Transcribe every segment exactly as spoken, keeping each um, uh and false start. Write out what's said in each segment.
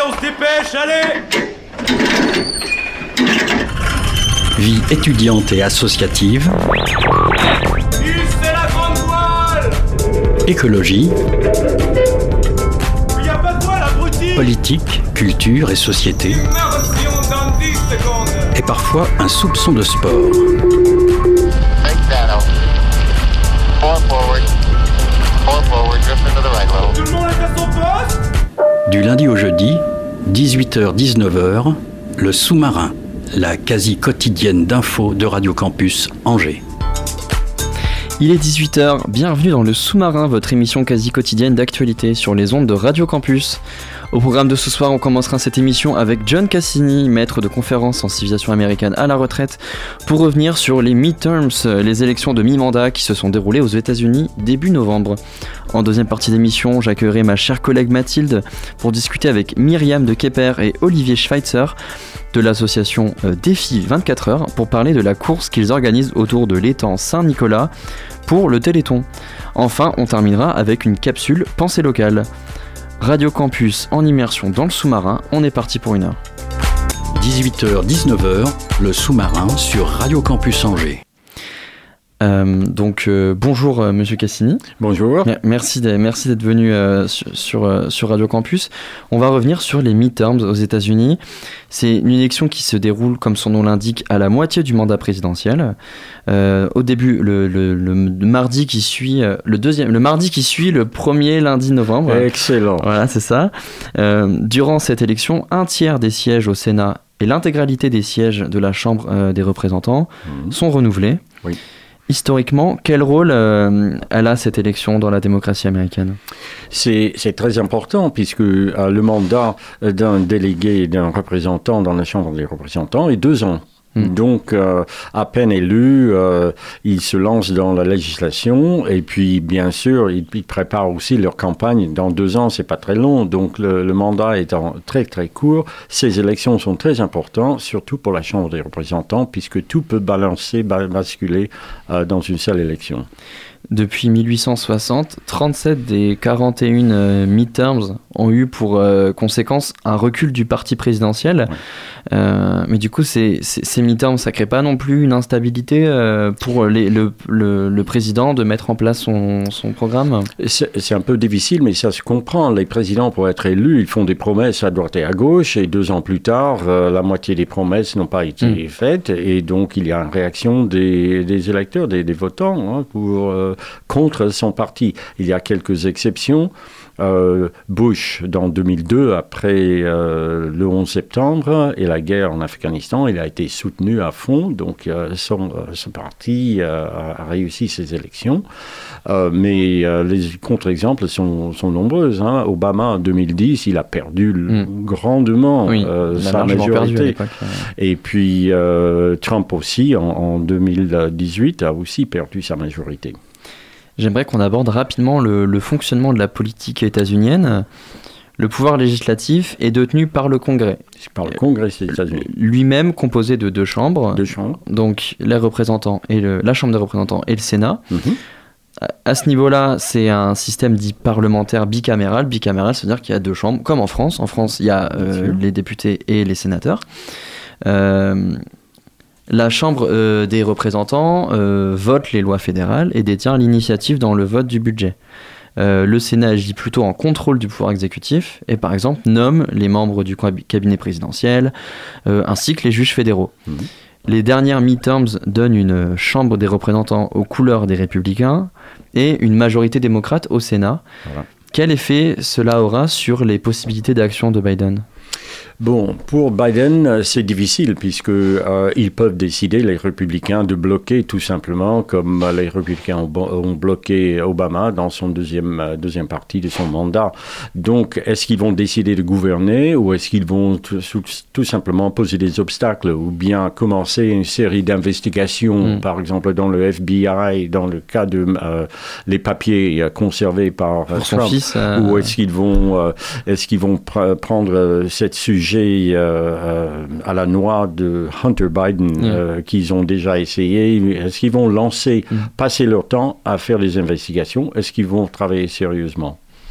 on se dépêche, allez! Vie étudiante et associative. C'est la grande voile! Écologie. Il y a pas de voile, abruti! Politique, culture et société. Merci, on donne dix secondes! Et parfois un soupçon de sport. Tout le monde est à son poste? Du lundi au jeudi, dix-huit heures dix-neuf heures, le sous-marin, la quasi quotidienne d'infos de Radio Campus Angers. Il est dix-huit heures, bienvenue dans le sous-marin, votre émission quasi quotidienne d'actualité sur les ondes de Radio Campus. Au programme de ce soir, on commencera cette émission avec John Cassini, maître de conférences en civilisation américaine à la retraite, pour revenir sur les midterms, les élections de mi-mandat qui se sont déroulées aux États-Unis début novembre. En deuxième partie d'émission, j'accueillerai ma chère collègue Mathilde pour discuter avec Myriam de Kepper et Olivier Schweitzer de l'association Défi vingt-quatre heures pour parler de la course qu'ils organisent autour de l'étang Saint-Nicolas pour le Téléthon. Enfin, on terminera avec une capsule pensée locale. Radio Campus en immersion dans le sous-marin, on est parti pour une heure. dix-huit heures dix-neuf heures, le sous-marin sur Radio Campus Angers. Euh, donc euh, bonjour euh, Monsieur Cassini. Bonjour. Merci d'être, merci d'être venu euh, sur, sur, euh, sur Radio Campus. On va revenir sur les midterms aux États-Unis. C'est une élection qui se déroule, comme son nom l'indique, à la moitié du mandat présidentiel. Euh, au début, le, le, le, le mardi qui suit le deuxième, le mardi qui suit le premier lundi novembre. Excellent. Voilà, c'est ça. Euh, durant cette élection, un tiers des sièges au Sénat et l'intégralité des sièges de la Chambre euh, des représentants mmh. sont renouvelés. Oui. Historiquement, quel rôle euh, elle a cette élection dans la démocratie américaine ? C'est, c'est très important puisque euh, le mandat d'un délégué et d'un représentant dans la Chambre des représentants est deux ans. Mmh. Donc, euh, à peine élu, euh, ils se lancent dans la législation et puis, bien sûr, ils, ils préparent aussi leur campagne. Dans deux ans, c'est pas très long, donc le, le mandat est en très, très court. Ces élections sont très importantes, surtout pour la Chambre des représentants, puisque tout peut balancer, basculer euh, dans une seule élection. Depuis mille huit cent soixante, trente-sept des quarante et un euh, midterms ont eu pour euh, conséquence un recul du parti présidentiel. Ouais. Euh, mais du coup, ces, ces, ces midterms, ça ne crée pas non plus une instabilité euh, pour les, le, le, le président de mettre en place son, son programme ? c'est, c'est un peu difficile, mais ça se comprend. Les présidents, pour être élus, ils font des promesses à droite et à gauche, et deux ans plus tard, euh, la moitié des promesses n'ont pas été mmh. faites, et donc il y a une réaction des, des électeurs, des, des votants, hein, pour... Euh, contre son parti. Il y a quelques exceptions. Euh, Bush, dans deux mille deux, après euh, le onze septembre et la guerre en Afghanistan, il a été soutenu à fond, donc euh, son, euh, son parti euh, a réussi ses élections. Euh, mais euh, les contre-exemples sont, sont nombreuses. Hein. Obama, en deux mille dix, il a perdu mmh. grandement oui, euh, sa majorité. Et puis euh, Trump aussi, en, en deux mille dix-huit, a aussi perdu sa majorité. J'aimerais qu'on aborde rapidement le, le fonctionnement de la politique états-unienne. Le pouvoir législatif est détenu par le Congrès. C'est par le Congrès des États-Unis. Lui-même composé de deux chambres. Deux chambres. Donc les représentants et le, la Chambre des représentants et le Sénat. Mm-hmm. À, à ce niveau-là, c'est un système dit parlementaire bicaméral. Bicaméral, c'est-à-dire qu'il y a deux chambres, comme en France. En France, il y a euh, les députés et les sénateurs. Euh, La Chambre euh, des représentants euh, vote les lois fédérales et détient l'initiative dans le vote du budget. Euh, le Sénat agit plutôt en contrôle du pouvoir exécutif et, par exemple, nomme les membres du cabinet présidentiel euh, ainsi que les juges fédéraux. Mmh. Les dernières midterms donnent une Chambre des représentants aux couleurs des républicains et une majorité démocrate au Sénat. Voilà. Quel effet cela aura sur les possibilités d'action de Biden ? Bon, pour Biden, c'est difficile puisque euh, ils peuvent décider, les républicains, de bloquer tout simplement, comme les républicains ont, ont bloqué Obama dans son deuxième, euh, deuxième partie de son mandat. Donc, est-ce qu'ils vont décider de gouverner ou est-ce qu'ils vont tout, tout simplement poser des obstacles ou bien commencer une série d'investigations, mmh. par exemple dans le F B I, dans le cas de euh, les papiers euh, conservés par euh, Trump, fils, euh... ou est-ce qu'ils vont, euh, est-ce qu'ils vont pr- prendre euh, cette sujet Euh, euh, à la noix de Hunter Biden mmh. euh, qu'ils ont déjà essayé. Est-ce qu'ils vont lancer, mmh. passer leur temps à faire les investigations? Est-ce qu'ils vont travailler sérieusement?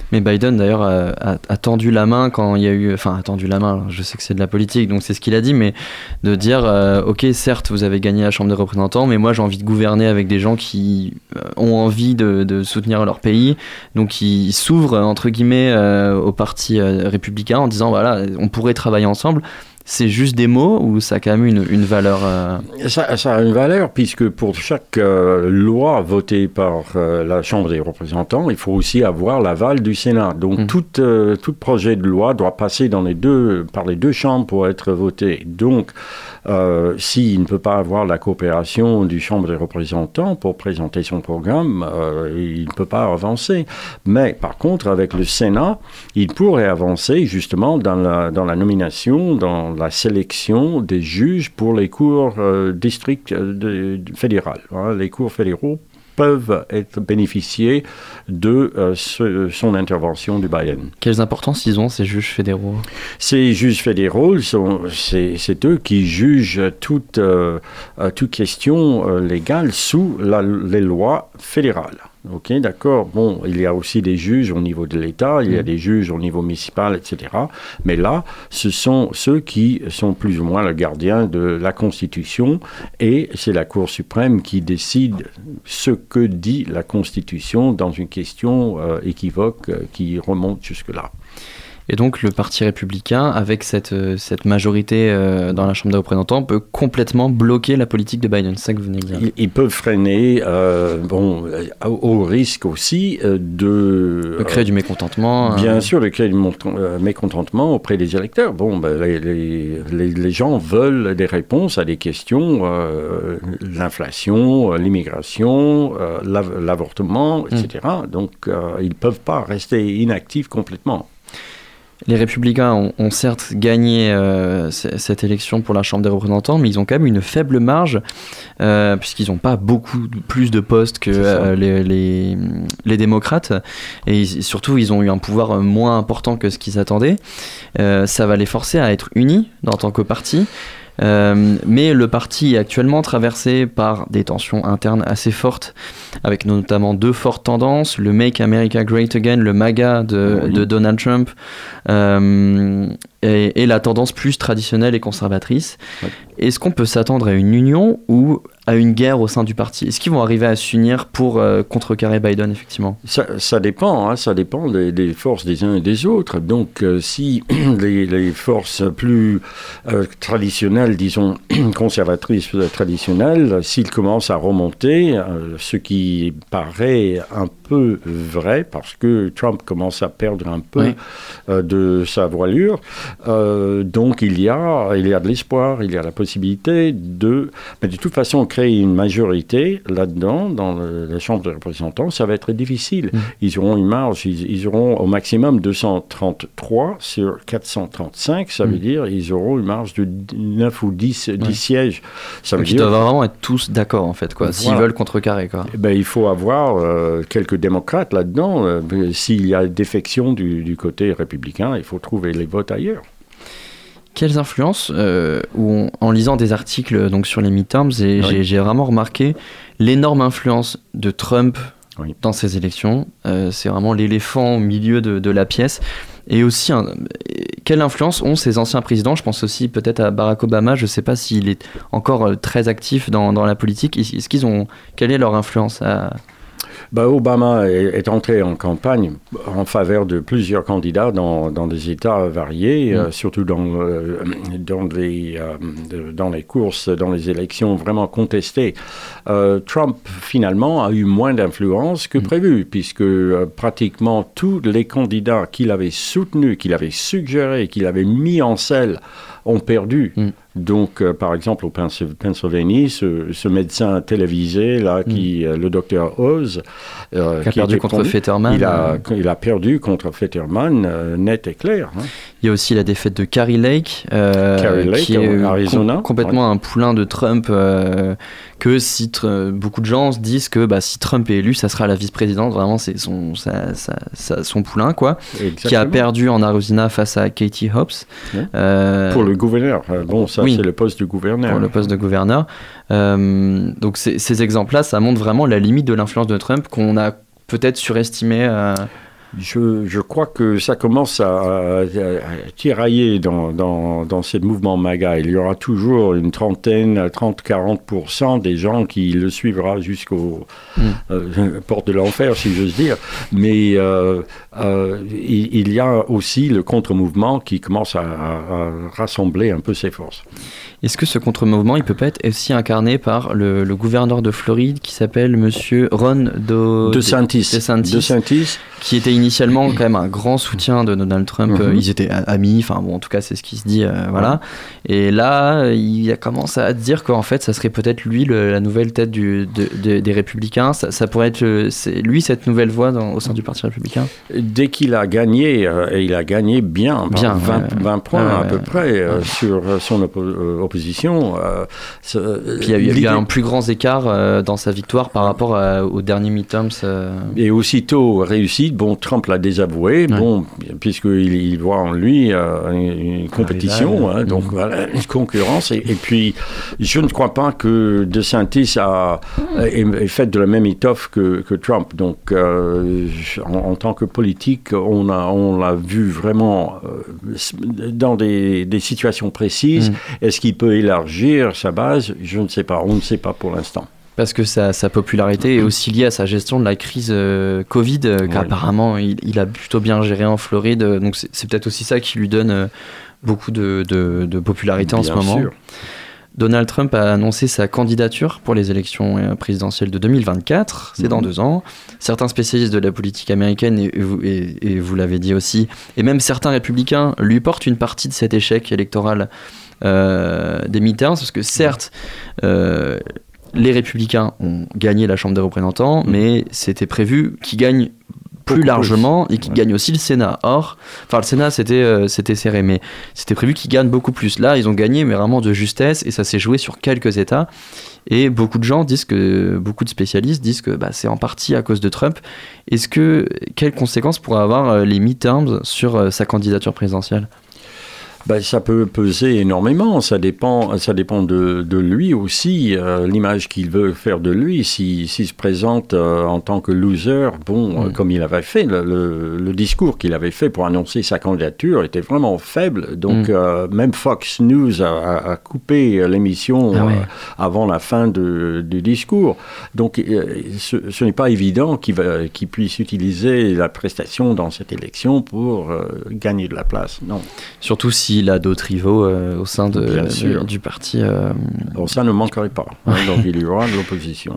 Mais Biden d'ailleurs a, a, a tendu la main quand il y a eu, enfin a tendu la main, je sais que c'est de la politique donc c'est ce qu'il a dit, mais de dire euh, ok certes vous avez gagné la Chambre des représentants mais moi j'ai envie de gouverner avec des gens qui ont envie de, de soutenir leur pays, donc ils s'ouvrent entre guillemets euh, au parti euh, républicain en disant voilà on pourrait travailler ensemble. C'est juste des mots ou ça a quand même une, une valeur euh... ça, ça a une valeur puisque pour chaque euh, loi votée par euh, la Chambre des représentants, il faut aussi avoir l'aval du Sénat. Donc mmh. tout, euh, tout projet de loi doit passer dans les deux, par les deux chambres pour être voté. Donc euh, s'il ne peut pas avoir la coopération du Chambre des représentants pour présenter son programme, euh, il ne peut pas avancer. Mais par contre, avec le Sénat, il pourrait avancer justement dans la, dans la nomination, dans la sélection des juges pour les cours euh, districts euh, de, de, fédérales. Hein. Les cours fédéraux peuvent être bénéficiés de euh, ce, son intervention du Biden. Quelles importances ils ont, ces juges fédéraux ? Ces juges fédéraux, sont, c'est, c'est eux qui jugent toute, euh, toute question euh, légale sous la, les lois fédérales. Ok, d'accord. Bon, il y a aussi des juges au niveau de l'État, il y a des juges au niveau municipal, et cetera. Mais là, ce sont ceux qui sont plus ou moins le gardien de la Constitution et c'est la Cour suprême qui décide ce que dit la Constitution dans une question euh, équivoque euh, qui remonte jusque-là. Et donc le Parti républicain, avec cette, cette majorité euh, dans la Chambre des représentants, peut complètement bloquer la politique de Biden. C'est ça que vous venez de dire. Ils, ils peuvent freiner, euh, bon, au, au risque aussi euh, de... De créer euh, du mécontentement. Bien euh... sûr, de créer du euh, mécontentement auprès des électeurs. Bon, ben, les, les, les, les gens veulent des réponses à des questions, euh, l'inflation, l'immigration, euh, l'avortement, et cetera. Mm. Donc, euh, ils ne peuvent pas rester inactifs complètement. Les Républicains ont, ont certes gagné euh, c- cette élection pour la Chambre des représentants, mais ils ont quand même une faible marge, euh, puisqu'ils n'ont pas beaucoup plus de postes que euh, les, les, les démocrates, et ils, surtout ils ont eu un pouvoir moins important que ce qu'ils attendaient. Euh, ça va les forcer à être unis en tant que parti. Euh, mais le parti est actuellement traversé par des tensions internes assez fortes, avec notamment deux fortes tendances, le Make America Great Again, le MAGA de, oui. de Donald Trump, euh, et, et la tendance plus traditionnelle et conservatrice. Oui. Est-ce qu'on peut s'attendre à une union ou à une guerre au sein du parti ? Est-ce qu'ils vont arriver à s'unir pour euh, contrecarrer Biden, effectivement ? Ça, ça dépend, hein, ça dépend des, des forces des uns et des autres. Donc, euh, si les, les forces plus euh, traditionnelles, disons conservatrices traditionnelles, s'ils commencent à remonter, euh, ce qui paraît un peu vrai, parce que Trump commence à perdre un peu oui. euh, de sa voilure, euh, donc il y a, il y a de l'espoir, il y a la possibilité de... Mais de toute façon, créer une majorité là-dedans, dans le, la Chambre des représentants, ça va être difficile. Mmh. Ils auront une marge, ils, ils auront au maximum deux cent trente-trois sur quatre cent trente-cinq, ça mmh. veut dire ils auront une marge de neuf ou dix, ouais. dix sièges. Ça Donc veut ils dire... doivent vraiment être tous d'accord, en fait, quoi, voilà. S'ils veulent contrecarrer, quoi. Eh ben, il faut avoir euh, quelques démocrates là-dedans. Euh, s'il y a défection du, du côté républicain, il faut trouver les votes ailleurs. Quelles influences, euh, où on, en lisant des articles donc, sur les midterms, et oui. j'ai, j'ai vraiment remarqué l'énorme influence de Trump oui. dans ces élections. Euh, c'est vraiment l'éléphant au milieu de, de la pièce. Et aussi, un, quelle influence ont ces anciens présidents ? Je pense aussi peut-être à Barack Obama. Je ne sais pas s'il est encore très actif dans, dans la politique. Est-ce qu'ils ont, quelle est leur influence à... Ben, Obama est, est entré en campagne en faveur de plusieurs candidats dans, dans des États variés, mmh. euh, surtout dans, euh, dans, les, euh, de, dans les courses, dans les élections vraiment contestées. Euh, Trump, finalement, a eu moins d'influence que mmh. prévu, puisque euh, pratiquement tous les candidats qu'il avait soutenus, qu'il avait suggérés, qu'il avait mis en selle, ont perdu. Mm. Donc, euh, par exemple, au Pennsylvanie, ce, ce médecin télévisé, là, qui, mm. euh, le docteur Oz, euh, qui a qui perdu contre Fetterman. Il a, euh... il a perdu contre Fetterman, euh, net et clair. Hein. Il y a aussi la défaite de Kari Lake, euh, Kari Lake qui est Arizona. Com- complètement ouais. un poulain de Trump, euh, que si tr- beaucoup de gens se disent que bah, si Trump est élu, ça sera la vice-présidente, vraiment c'est son, sa, sa, sa, son poulain, quoi, qui a perdu en Arizona face à Katie Hobbs. Ouais. Euh, Pour le gouverneur, bon ça oui, c'est le poste de gouverneur. Pour le poste de gouverneur. Euh, donc ces, ces exemples-là, ça montre vraiment la limite de l'influence de Trump qu'on a peut-être surestimé. Euh, Je, je crois que ça commence à, à, à tirailler dans, dans, dans ce mouvement MAGA. Il y aura toujours une trentaine, trente à quarante pour cent des gens qui le suivra jusqu'au mm. euh, porte de l'enfer, si j'ose dire. Mais euh, euh, il, il y a aussi le contre-mouvement qui commence à, à, à rassembler un peu ses forces. Est-ce que ce contre-mouvement, il peut pas être aussi incarné par le, le gouverneur de Floride qui s'appelle Monsieur Ron Do... DeSantis, DeSantis, DeSantis, qui était initialement quand même un grand soutien de Donald Trump. Mm-hmm. Ils étaient amis, enfin bon, en tout cas c'est ce qui se dit, euh, voilà. Et là, il a commencé à dire qu'en fait, ça serait peut-être lui le, la nouvelle tête du, de, de, des Républicains. Ça, ça pourrait être le, c'est lui cette nouvelle voix dans, au sein du Parti républicain. Dès qu'il a gagné, euh, et il a gagné bien, bien vingt, ouais, vingt points ouais, à peu près ouais. euh, sur son oppo- euh, opposition. Euh, Puis il y a eu, il y a eu un plus grand écart euh, dans sa victoire par rapport à, aux derniers midterms. Euh... Et aussitôt réussi, bon, Trump l'a désavoué, ouais. bon, puisqu'il il voit en lui euh, une, une compétition, ah, hein, donc mmh. voilà, une concurrence. Et, et puis, je ne crois pas que DeSantis a, est, est fait de la même étoffe que, que Trump. Donc, euh, en, en tant que politique, on, a, on l'a vu vraiment euh, dans des, des situations précises. Mmh. Est-ce qu'il peut élargir sa base ? Je ne sais pas. On ne sait pas pour l'instant. Parce que sa, sa popularité est aussi liée à sa gestion de la crise euh, Covid, euh, qu'apparemment il, il a plutôt bien géré en Floride. Donc c'est, c'est peut-être aussi ça qui lui donne euh, beaucoup de, de, de popularité bien en ce moment. Sûr. Donald Trump a annoncé sa candidature pour les élections présidentielles de deux mille vingt-quatre, c'est mmh. dans deux ans. Certains spécialistes de la politique américaine, et, et, et vous l'avez dit aussi, et même certains républicains lui portent une partie de cet échec électoral euh, des midterms, parce que certes, euh, les républicains ont gagné la Chambre des représentants, mmh. mais c'était prévu qu'ils gagnent plus largement plus. et qu'ils ouais. gagnent aussi le Sénat. Or, enfin le Sénat c'était, euh, c'était serré, mais c'était prévu qu'ils gagnent beaucoup plus. Là, ils ont gagné, mais vraiment de justesse, et ça s'est joué sur quelques États. Et beaucoup de gens disent que, beaucoup de spécialistes disent que bah, c'est en partie à cause de Trump. Est-ce que, quelles conséquences pourraient avoir euh, les midterms sur euh, sa candidature présidentielle ? Ben, ça peut peser énormément, ça dépend, ça dépend de, de lui aussi, euh, l'image qu'il veut faire de lui. S'il si, si se présente euh, en tant que loser, bon, mmh. euh, comme il avait fait, le, le, le discours qu'il avait fait pour annoncer sa candidature était vraiment faible. Donc, mmh. euh, même Fox News a, a coupé l'émission ah ouais. euh, avant la fin de, du discours. Donc, euh, ce, ce n'est pas évident qu'il, va, qu'il puisse utiliser la prestation dans cette élection pour euh, gagner de la place, non. Surtout si il a d'autres rivaux euh, au sein de, de, du parti. Euh... Bon, ça ne manquerait pas. Hein, donc il y aura de l'opposition.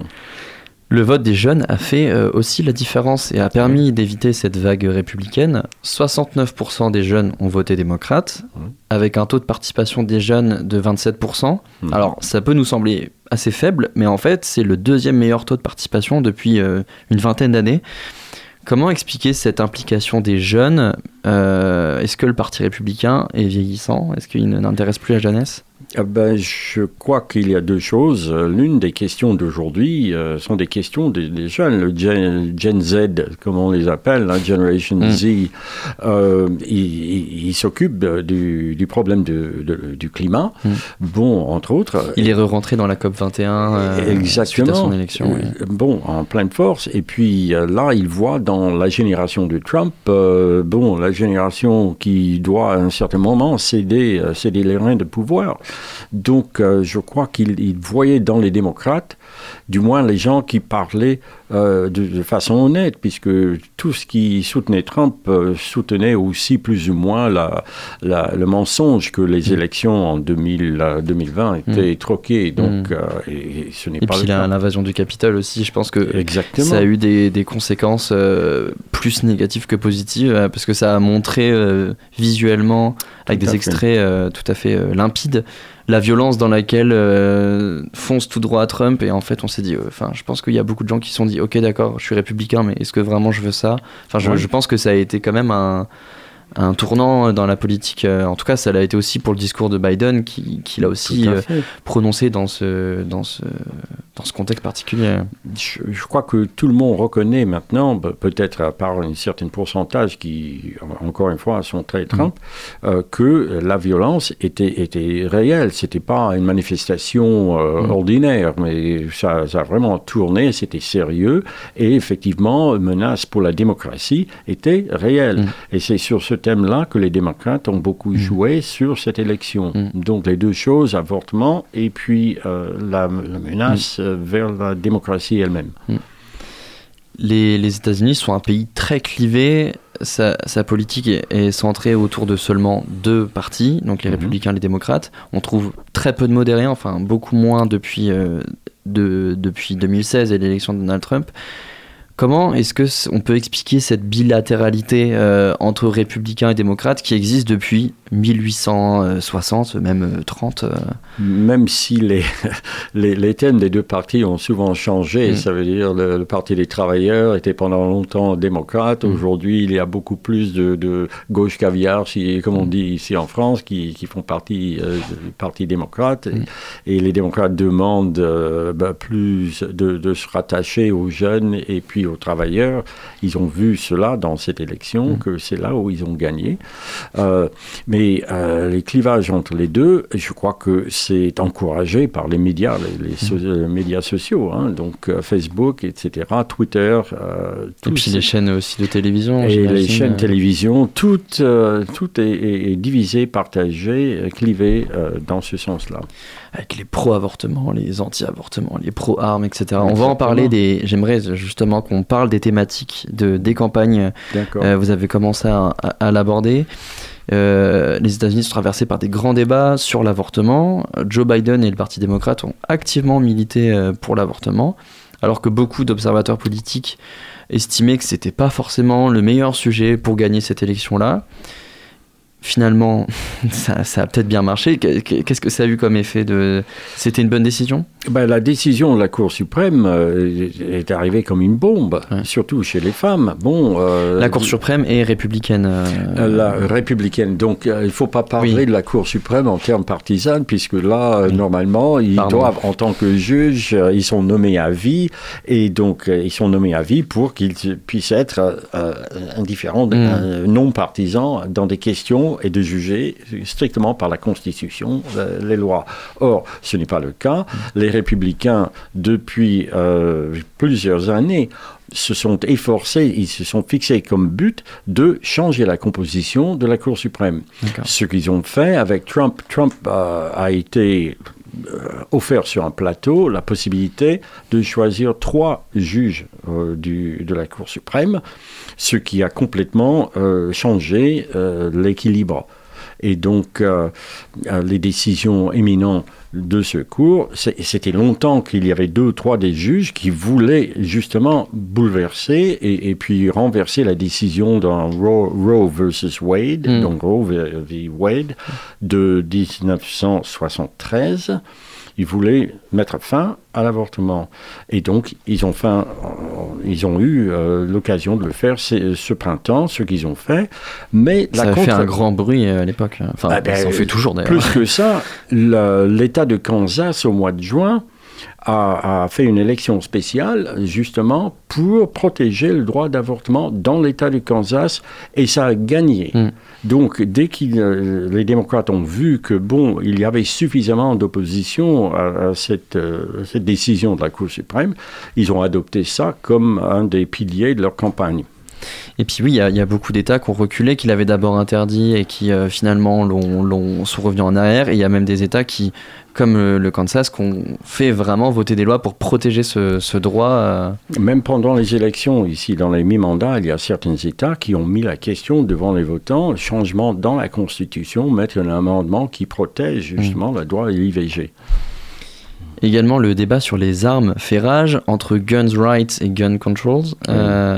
Le vote des jeunes a fait euh, aussi la différence et a permis d'éviter cette vague républicaine. soixante-neuf pour cent des jeunes ont voté démocrate, mmh. avec un taux de participation des jeunes de vingt-sept pour cent. Mmh. Alors, ça peut nous sembler assez faible, mais en fait, c'est le deuxième meilleur taux de participation depuis euh, une vingtaine d'années. Comment expliquer cette implication des jeunes ? euh, Est-ce que le Parti républicain est vieillissant ? Est-ce qu'il n'intéresse plus la jeunesse ? Ah ben, je crois qu'il y a deux choses. L'une des questions d'aujourd'hui euh, sont des questions des, des jeunes. Le Gen, Gen Z, comme on les appelle, la Generation mm. Z, euh, il, il, il s'occupe du, du problème de, de, du climat. Mm. Bon, entre autres. Il est re-rentré dans la COP vingt et un euh, suite à son élection. Oui. Bon, en pleine force. Et puis là, il voit dans la génération de Trump, euh, bon, la génération qui doit à un certain moment céder, céder les reins de pouvoir. Donc, euh, je crois qu'il il voyait dans les démocrates, du moins les gens qui parlaient euh, de, de façon honnête, puisque tout ce qui soutenait Trump euh, soutenait aussi plus ou moins la, la, le mensonge que les mmh. élections en deux mille, euh, deux mille vingt étaient mmh. troquées. Donc, mmh. euh, et, et ce n'est et pas puis le cas. L'invasion du Capitole aussi, je pense que Exactement. Ça a eu des, des conséquences euh, plus négatives que positives, euh, parce que ça a montré euh, visuellement, avec tout des extraits euh, tout à fait euh, limpides, la violence dans laquelle euh, fonce tout droit à Trump. Et en fait, on s'est dit, enfin, euh, je pense qu'il y a beaucoup de gens qui se sont dit, ok, d'accord, je suis républicain, mais est-ce que vraiment je veux ça ? Enfin, je, ouais. je pense que ça a été quand même un, un tournant dans la politique. En tout cas, ça l'a été aussi pour le discours de Biden, qui, qui l'a aussi euh, prononcé dans ce, dans, ce, dans ce contexte particulier. Je, je crois que tout le monde reconnaît maintenant, peut-être à part un certain pourcentage qui, encore une fois, sont très Trump, mmh. euh, que la violence était, était réelle. C'était pas une manifestation euh, mmh. ordinaire, mais ça, ça a vraiment tourné, c'était sérieux, et effectivement, menace pour la démocratie était réelle. Mmh. Et c'est sur ce thème-là que les démocrates ont beaucoup joué mmh. sur cette élection. Mmh. Donc les deux choses, avortement et puis euh, la, la menace mmh. euh, vers la démocratie elle-même. Mmh. Les, les États-Unis sont un pays très clivé. Sa, sa politique est, est centrée autour de seulement deux partis, donc les mmh. républicains et les démocrates. On trouve très peu de modérés, enfin beaucoup moins depuis, euh, de, depuis deux mille seize et l'élection de Donald Trump. Comment est-ce qu'on peut expliquer cette bilatéralité euh, entre républicains et démocrates qui existe depuis mille huit cent soixante, même trente euh... Même si les, les, les thèmes des deux partis ont souvent changé, mmh. ça veut dire le, le Parti des travailleurs était pendant longtemps démocrate, mmh. aujourd'hui il y a beaucoup plus de, de gauche caviar, si, comme on dit ici en France, qui, qui font partie euh, du Parti démocrate, mmh. et, et les démocrates demandent euh, bah, plus de, de se rattacher aux jeunes et puis aux travailleurs. Ils ont vu cela dans cette élection, mmh. que c'est là où ils ont gagné. Euh, mais euh, les clivages entre les deux, je crois que c'est encouragé par les médias, les, les, so- les médias sociaux, hein, donc euh, Facebook, et cetera, Twitter. Euh, et puis les chaînes aussi de télévision. Et les chaînes de télévision, tout, euh, tout est, est, est divisé, partagé, clivé euh, dans ce sens-là. Avec les pro-avortements, les anti-avortements, les pro-armes, et cetera. Exactement. On va en parler des... J'aimerais justement qu'on parle des thématiques de, des campagnes. Euh, vous avez commencé à, à, à l'aborder. Euh, les États-Unis sont traversés par des grands débats sur l'avortement. Joe Biden et le Parti démocrate ont activement milité pour l'avortement, alors que beaucoup d'observateurs politiques estimaient que c'était pas forcément le meilleur sujet pour gagner cette élection-là. Finalement, ça, ça a peut-être bien marché. Qu'est-ce que ça a eu comme effet de... C'était une bonne décision ? Ben, la décision de la Cour suprême euh, est arrivée comme une bombe, ouais. surtout chez les femmes. Bon, euh, la Cour suprême est républicaine. Euh... La républicaine. Donc, euh, il ne faut pas parler oui. de la Cour suprême en termes partisans, puisque là, oui. normalement, ils Pardon. doivent, en tant que juges, euh, ils sont nommés à vie, et donc, euh, ils sont nommés à vie pour qu'ils puissent être euh, indifférents, mm. euh, non partisans dans des questions et de juger strictement par la Constitution euh, les lois. Or, ce n'est pas le cas. Les républicains, depuis euh, plusieurs années, se sont efforcés, ils se sont fixés comme but de changer la composition de la Cour suprême. D'accord. Ce qu'ils ont fait avec Trump, Trump euh, a été euh, offert sur un plateau la possibilité de choisir trois juges euh, du, de la Cour suprême, ce qui a complètement euh, changé euh, l'équilibre. Et donc, euh, les décisions éminentes de ce cours, c'était longtemps qu'il y avait deux ou trois des juges qui voulaient justement bouleverser et, et puis renverser la décision dans Roe, Roe versus Wade, mm. donc Roe v. Wade, de dix-neuf cent soixante-treize. Ils voulaient mettre fin à l'avortement. Et donc, ils ont, fin, ils ont eu euh, l'occasion de le faire ce, ce printemps, ce qu'ils ont fait. Mais ça la a contre... fait un grand bruit à l'époque. Enfin, ah ben, ça en fait toujours d'ailleurs. Plus que ça, le, l'État de Kansas, au mois de juin, a, a fait une élection spéciale, justement, pour protéger le droit d'avortement dans l'État du Kansas, et ça a gagné. Mm. Donc, dès que euh, les démocrates ont vu que, bon, il y avait suffisamment d'opposition à, à cette, euh, cette décision de la Cour suprême, ils ont adopté ça comme un des piliers de leur campagne. Et puis oui, il y, y a beaucoup d'États qui ont reculé, qui l'avaient d'abord interdit et qui euh, finalement l'ont, l'ont, sont revenus en arrière. Et il y a même des États qui, comme le, le Kansas, qui ont fait vraiment voter des lois pour protéger ce, ce droit. Euh... Même pendant les élections, ici dans les mi-mandats, il y a certains États qui ont mis la question devant les votants, changement dans la Constitution, mettre un amendement qui protège justement mmh. le droit à l'I V G. Également, le débat sur les armes fait rage entre guns rights et gun controls. Mmh. Euh...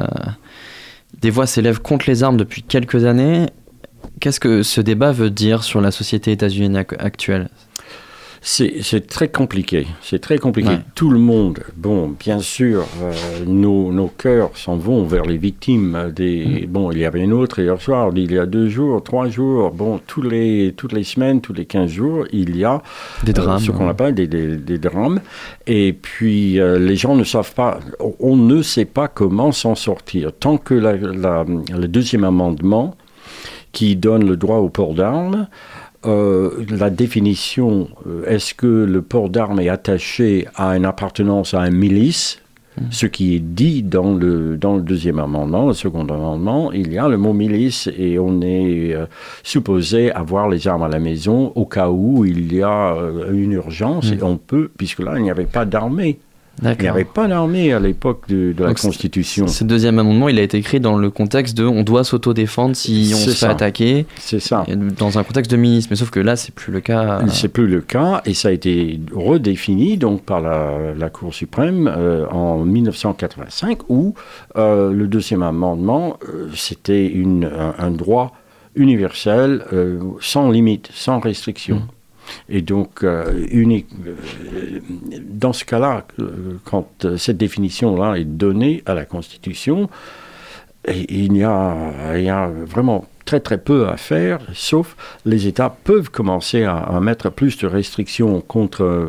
Des voix s'élèvent contre les armes depuis quelques années. Qu'est-ce que ce débat veut dire sur la société états-unienne actuelle ? C'est, c'est très compliqué, c'est très compliqué. Ouais. Tout le monde, bon, bien sûr, euh, nos, nos cœurs s'en vont vers les victimes des... Mmh. Bon, il y avait une autre hier soir, il y a deux jours, trois jours, bon, tous les, toutes les semaines, tous les quinze jours, il y a des drames, euh, ce qu'on appelle des, des, des drames. Et puis, euh, les gens ne savent pas, on ne sait pas comment s'en sortir. Tant que la, la, le deuxième amendement, qui donne le droit au port d'armes, Euh, la définition, euh, est-ce que le port d'armes est attaché à une appartenance à une milice, mmh. ce qui est dit dans le, dans le deuxième amendement, le second amendement, il y a le mot milice et on est euh, supposé avoir les armes à la maison au cas où il y a euh, une urgence mmh. et on peut, puisque là il n'y avait pas d'armée. D'accord. Il n'y avait pas d'armée à l'époque de, de la Donc Constitution. Ce deuxième amendement, il a été écrit dans le contexte de on doit s'autodéfendre si on c'est se ça. fait attaquer. C'est ça. Dans un contexte de milice. Mais sauf que là, c'est plus le cas. C'est plus le cas et ça a été redéfini donc, par la, la Cour suprême euh, en dix-neuf cent quatre-vingt-cinq où euh, le deuxième amendement, euh, c'était une, un, un droit universel euh, sans limite, sans restriction. Mmh. Et donc, euh, unique, euh, dans ce cas-là, euh, quand euh, cette définition-là est donnée à la Constitution, et, il, y a, il y a vraiment très très peu à faire, sauf les États peuvent commencer à, à mettre plus de restrictions contre euh,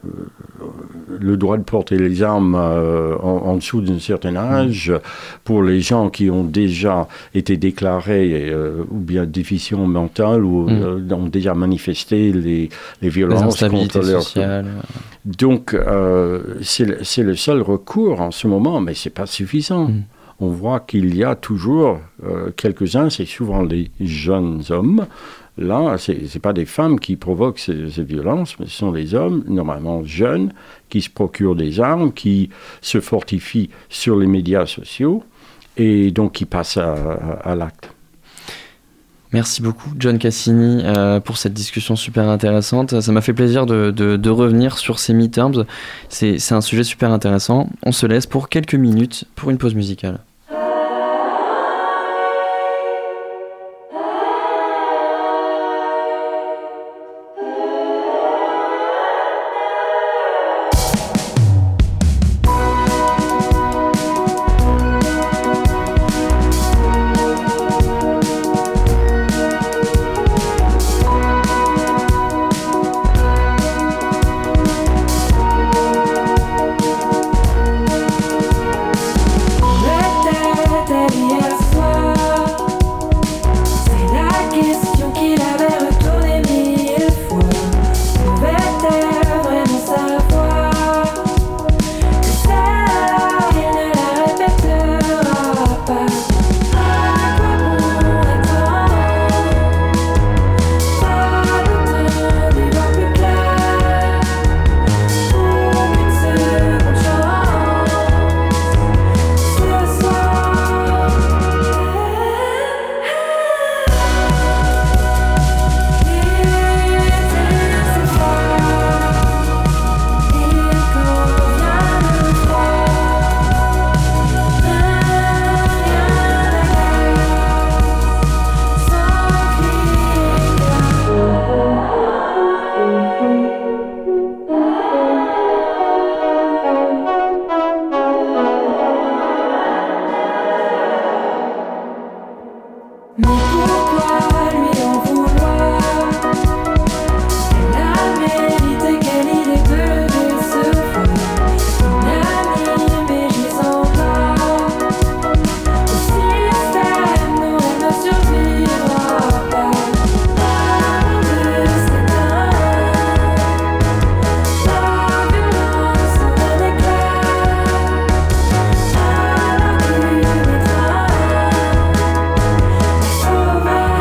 le droit de porter les armes euh, en, en dessous d'un certain âge, mmh. pour les gens qui ont déjà été déclarés euh, ou bien déficients mentales ou mmh. euh, ont déjà manifesté les, les violences les contre leur... sociales. Donc, euh, c'est, le, c'est le seul recours en ce moment, mais ce n'est pas suffisant. Mmh. On voit qu'il y a toujours euh, quelques-uns, c'est souvent les jeunes hommes. Là, ce n'est pas des femmes qui provoquent ces, ces violences, mais ce sont des hommes, normalement jeunes, qui se procurent des armes, qui se fortifient sur les médias sociaux et donc qui passent à, à, à l'acte. Merci beaucoup, John Cassini, euh, pour cette discussion super intéressante. Ça m'a fait plaisir de, de, de revenir sur ces midterms. C'est, c'est un sujet super intéressant. On se laisse pour quelques minutes pour une pause musicale. Sauvage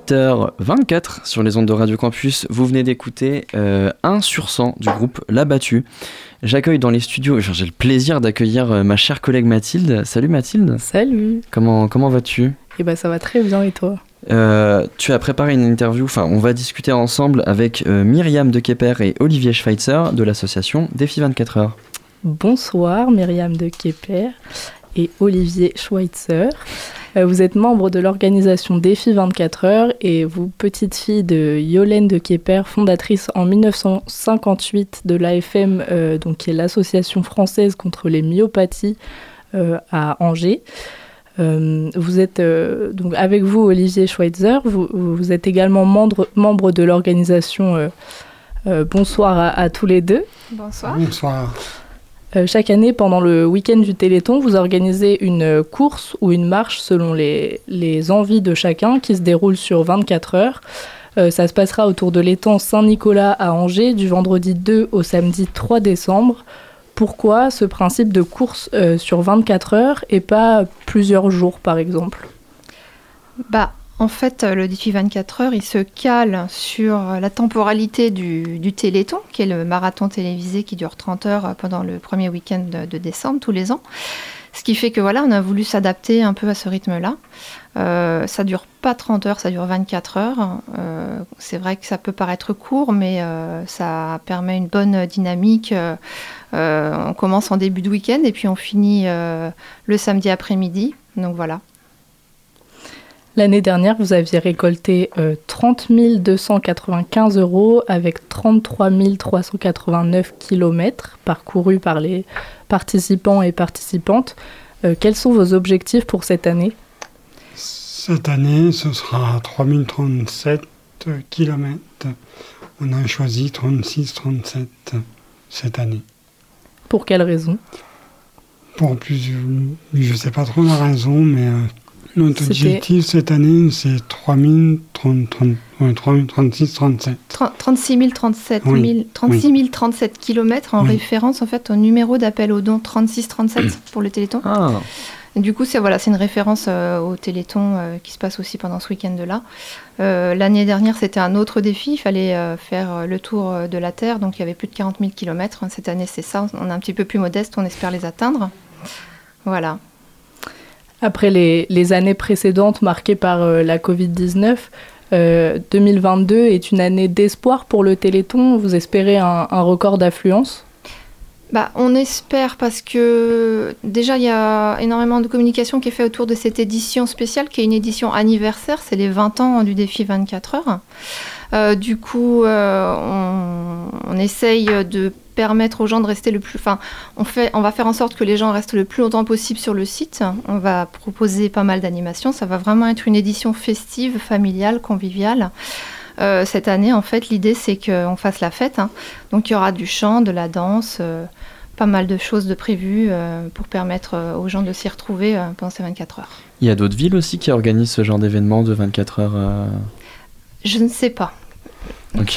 huit heures vingt-quatre sur les ondes de Radio Campus. Vous venez d'écouter euh, un sur cent du groupe La Battue. J'accueille dans les studios, j'ai le plaisir d'accueillir euh, ma chère collègue Mathilde. Salut Mathilde. Salut. Comment, comment vas-tu ? Eh ben ça va très bien, et toi ? Euh, tu as préparé une interview, enfin on va discuter ensemble avec euh, Myriam de Kepper et Olivier Schweitzer de l'association Défi vingt-quatre heures. Bonsoir Myriam de Kepper et Olivier Schweitzer. Euh, vous êtes membre de l'organisation Défi vingt-quatre heures et vous, petite fille de Yolène de Kepper, fondatrice en dix-neuf cent cinquante-huit de l'A F M, euh, donc qui est l'association française contre les myopathies euh, à Angers. Euh, vous êtes euh, donc avec vous Olivier Schweitzer, vous, vous êtes également membre, membre de l'organisation euh, euh, Bonsoir à, à tous les deux. Bonsoir. Bonsoir. Euh, chaque année, pendant le week-end du Téléthon, vous organisez une course ou une marche selon les, les envies de chacun qui se déroule sur vingt-quatre heures. Euh, ça se passera autour de l'étang Saint-Nicolas à Angers du vendredi deux au samedi trois décembre. Pourquoi ce principe de course euh, sur vingt-quatre heures et pas plusieurs jours, par exemple ? Bah, en fait, le défi vingt-quatre heures, il se cale sur la temporalité du, du Téléthon, qui est le marathon télévisé qui dure trente heures pendant le premier week-end de, de décembre, tous les ans. Ce qui fait que voilà, on a voulu s'adapter un peu à ce rythme-là. Euh, ça dure pas trente heures, ça dure vingt-quatre heures. Euh, c'est vrai que ça peut paraître court, mais euh, ça permet une bonne dynamique. Euh, euh, on commence en début de week-end et puis on finit euh, le samedi après-midi. Donc voilà. L'année dernière, vous aviez récolté euh, trente mille deux cent quatre-vingt-quinze euros avec trente-trois mille trois cent quatre-vingt-neuf kilomètres parcourus par les participants et participantes. Euh, quels sont vos objectifs pour cette année ? Cette année, ce sera trois mille trente-sept kilomètres. On a choisi trente-six trente-sept cette année. Pour quelle raison ? Pour plusieurs... Je ne sais pas trop la raison, mais euh, notre C'était... objectif cette année, c'est trois mille trente-six trente-sept. trente-six mille trente-sept Oui. trente-six mille trente-sept kilomètres en Oui. référence en fait au numéro d'appel au don trente-six trente-sept pour le Téléthon. Ah. Et du coup, c'est, voilà, c'est une référence euh, au Téléthon euh, qui se passe aussi pendant ce week-end-là. Euh, l'année dernière, c'était un autre défi. Il fallait euh, faire le tour de la Terre. Donc, il y avait plus de quarante mille kilomètres. Cette année, c'est ça. On est un petit peu plus modeste. On espère les atteindre. Voilà. Après les, les années précédentes marquées par euh, la covid dix-neuf, euh, deux mille vingt-deux est une année d'espoir pour le Téléthon. Vous espérez un, un record d'affluence ? Bah, on espère parce que déjà il y a énormément de communication qui est faite autour de cette édition spéciale qui est une édition anniversaire, c'est les vingt ans du défi vingt-quatre heures. Euh, du coup, euh, on, on essaye de permettre aux gens de rester le plus... Enfin, on, fait, on va faire en sorte que les gens restent le plus longtemps possible sur le site. On va proposer pas mal d'animations. Ça va vraiment être une édition festive, familiale, conviviale. Euh, cette année, en fait, l'idée, c'est qu'on fasse la fête. Hein. Donc, il y aura du chant, de la danse, euh, pas mal de choses de prévues euh, pour permettre euh, aux gens de s'y retrouver euh, pendant ces vingt-quatre heures. Il y a d'autres villes aussi qui organisent ce genre d'événement de vingt-quatre heures euh... Je ne sais pas. Ok.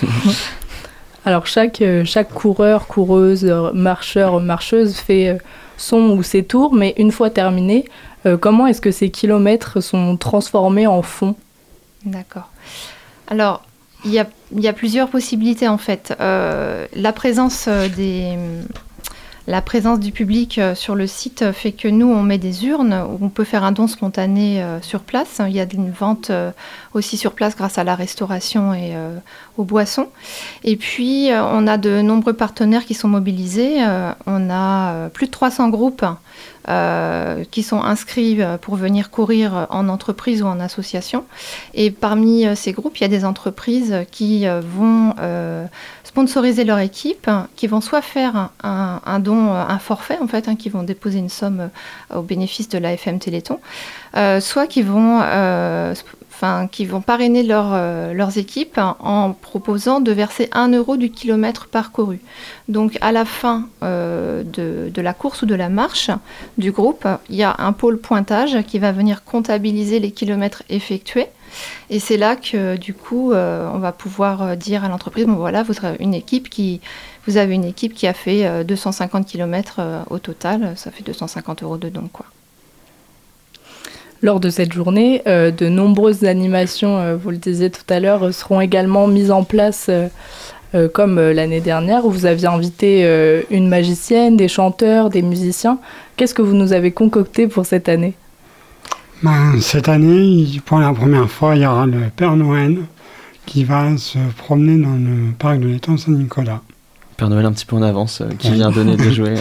Alors, chaque, chaque coureur, coureuse, marcheur, marcheuse fait son ou ses tours, mais une fois terminé, euh, comment est-ce que ces kilomètres sont transformés en fonds ? D'accord. Alors, il y a, il y a plusieurs possibilités en fait. Euh, la présence des, la présence du public sur le site fait que nous, on met des urnes où on peut faire un don spontané euh, sur place. Il y a une vente euh, aussi sur place grâce à la restauration et euh, aux boissons. Et puis, euh, on a de nombreux partenaires qui sont mobilisés. Euh, on a euh, plus de trois cents groupes Euh, qui sont inscrits pour venir courir en entreprise ou en association. Et parmi euh, ces groupes, il y a des entreprises qui euh, vont euh, sponsoriser leur équipe, qui vont soit faire un, un don, un forfait en fait, hein, qui vont déposer une somme au bénéfice de l'A F M Téléthon, euh, soit qui vont... Euh, Enfin, qui vont parrainer leur, euh, leurs équipes en proposant de verser un euro du kilomètre parcouru. Donc, à la fin euh, de, de la course ou de la marche du groupe, il y a un pôle pointage qui va venir comptabiliser les kilomètres effectués. Et c'est là que, du coup, euh, on va pouvoir dire à l'entreprise, bon voilà, vous avez une équipe qui, vous avez une équipe qui a fait euh, deux cent cinquante kilomètres euh, au total, ça fait deux cent cinquante euros de don, quoi. Lors de cette journée, euh, de nombreuses animations, euh, vous le disiez tout à l'heure, seront également mises en place euh, euh, comme euh, l'année dernière où vous aviez invité euh, une magicienne, des chanteurs, des musiciens. Qu'est-ce que vous nous avez concocté pour cette année ? Ben, cette année, pour la première fois, il y aura le Père Noël qui va se promener dans le parc de l'étang Saint-Nicolas. Père Noël un petit peu en avance, euh, qui vient donner des jouets.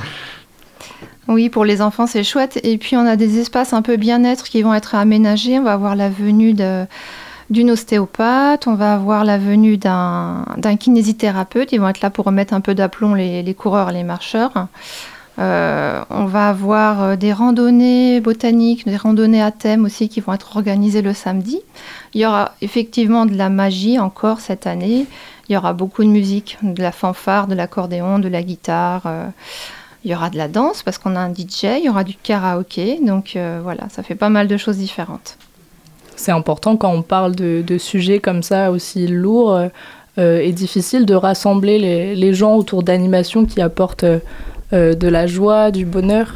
Oui, pour les enfants, c'est chouette. Et puis, on a des espaces un peu bien-être qui vont être aménagés. On va avoir la venue de, d'une ostéopathe, on va avoir la venue d'un, d'un kinésithérapeute. Ils vont être là pour remettre un peu d'aplomb les, les coureurs et les marcheurs. Euh, on va avoir des randonnées botaniques, des randonnées à thème aussi qui vont être organisées le samedi. Il y aura effectivement de la magie encore cette année. Il y aura beaucoup de musique, de la fanfare, de l'accordéon, de la guitare. Euh, Il y aura de la danse parce qu'on a un D J, il y aura du karaoké, donc euh, voilà, ça fait pas mal de choses différentes. C'est important quand on parle de, de sujets comme ça aussi lourds euh, et difficiles de rassembler les, les gens autour d'animations qui apportent euh, de la joie, du bonheur.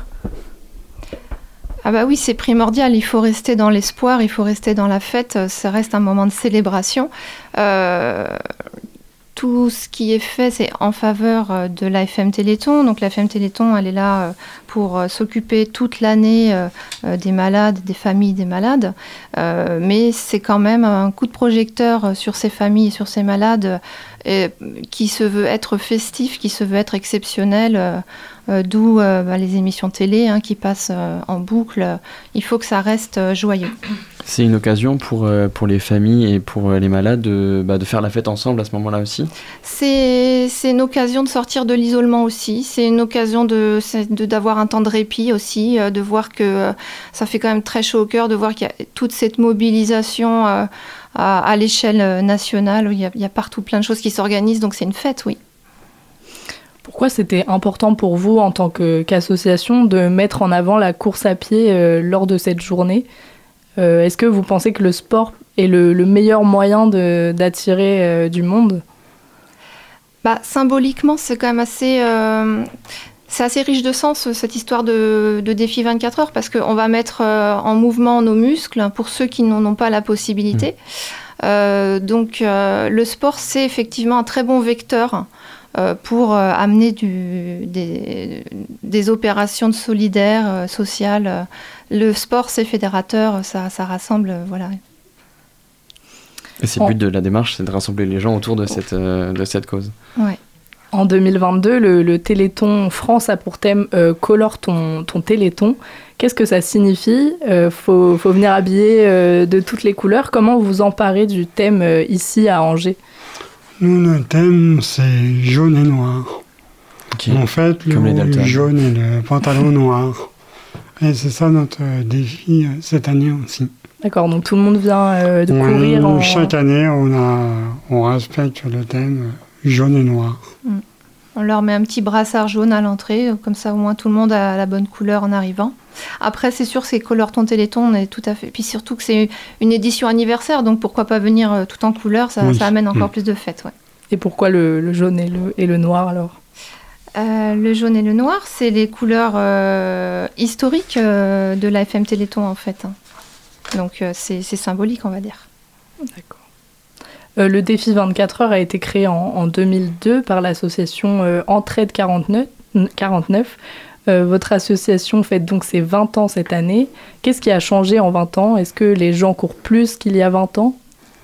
Ah bah oui, c'est primordial, il faut rester dans l'espoir, il faut rester dans la fête, ça reste un moment de célébration. Euh, Tout ce qui est fait, c'est en faveur de l'A F M Téléthon. Donc l'A F M Téléthon, elle est là pour s'occuper toute l'année des malades, des familles des malades. Euh, mais c'est quand même un coup de projecteur sur ces familles et sur ces malades et, qui se veut être festif, qui se veut être exceptionnel. Euh, d'où euh, bah, les émissions télé hein, qui passent euh, en boucle. Il faut que ça reste euh, joyeux. C'est une occasion pour, euh, pour les familles et pour euh, les malades de, bah, de faire la fête ensemble à ce moment-là aussi. C'est, c'est une occasion de sortir de l'isolement aussi. C'est une occasion de, de, d'avoir un temps de répit aussi, euh, de voir que euh, ça fait quand même très chaud au cœur, de voir qu'il y a toute cette mobilisation euh, à, à l'échelle nationale. Il y, a, il y a partout plein de choses qui s'organisent, donc c'est une fête, oui. Pourquoi c'était important pour vous, en tant que, qu'association, de mettre en avant la course à pied euh, lors de cette journée ? euh, Est-ce que vous pensez que le sport est le, le meilleur moyen de, d'attirer euh, du monde ? Bah, symboliquement, c'est quand même assez, euh, c'est assez riche de sens, cette histoire de, de défi vingt-quatre heures, parce qu'on va mettre euh, en mouvement nos muscles pour ceux qui n'en ont pas la possibilité. Mmh. Euh, donc, euh, le sport, c'est effectivement un très bon vecteur pour euh, amener du, des, des opérations de solidaire, euh, sociales. Le sport, c'est fédérateur, ça, ça rassemble, euh, voilà. Et c'est le but de la démarche, c'est de rassembler les gens autour de cette, euh, de cette cause. Ouais. En deux mille vingt-deux, le, le Téléthon France a pour thème euh, « Colore ton, ton Téléthon ». Qu'est-ce que ça signifie ? euh, faut, faut venir habiller euh, de toutes les couleurs. Comment vous emparez du thème euh, ici à Angers ? Nous, le thème, c'est jaune et noir. Okay. En fait, le jaune et le pantalon noir. Et c'est ça notre défi euh, cette année aussi. D'accord, donc tout le monde vient euh, de on, courir en... Chaque année, on, a, on respecte le thème euh, jaune et noir. Mm. On leur met un petit brassard jaune à l'entrée, comme ça au moins tout le monde a la bonne couleur en arrivant. Après, c'est sûr, c'est Colore ton Téléthon, on est tout à fait... Puis surtout que c'est une édition anniversaire, donc pourquoi pas venir euh, tout en couleur, ça, oui. ça amène encore mmh. plus de fêtes. Ouais. Et pourquoi le, le jaune et le, et le noir alors ? euh, Le jaune et le noir, c'est les couleurs euh, historiques euh, de l'A F M Téléthon en fait. Hein. Donc euh, c'est, c'est symbolique, on va dire. D'accord. Euh, le défi vingt-quatre heures a été créé en, en deux mille deux par l'association euh, Entraide quarante-neuf. quarante-neuf. Euh, votre association fête donc ses vingt ans cette année. Qu'est-ce qui a changé en vingt ans ? Est-ce que les gens courent plus qu'il y a vingt ans ?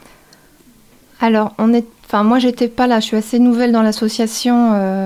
Alors, on est... enfin, moi, j'étais pas là. Je suis assez nouvelle dans l'association. Euh...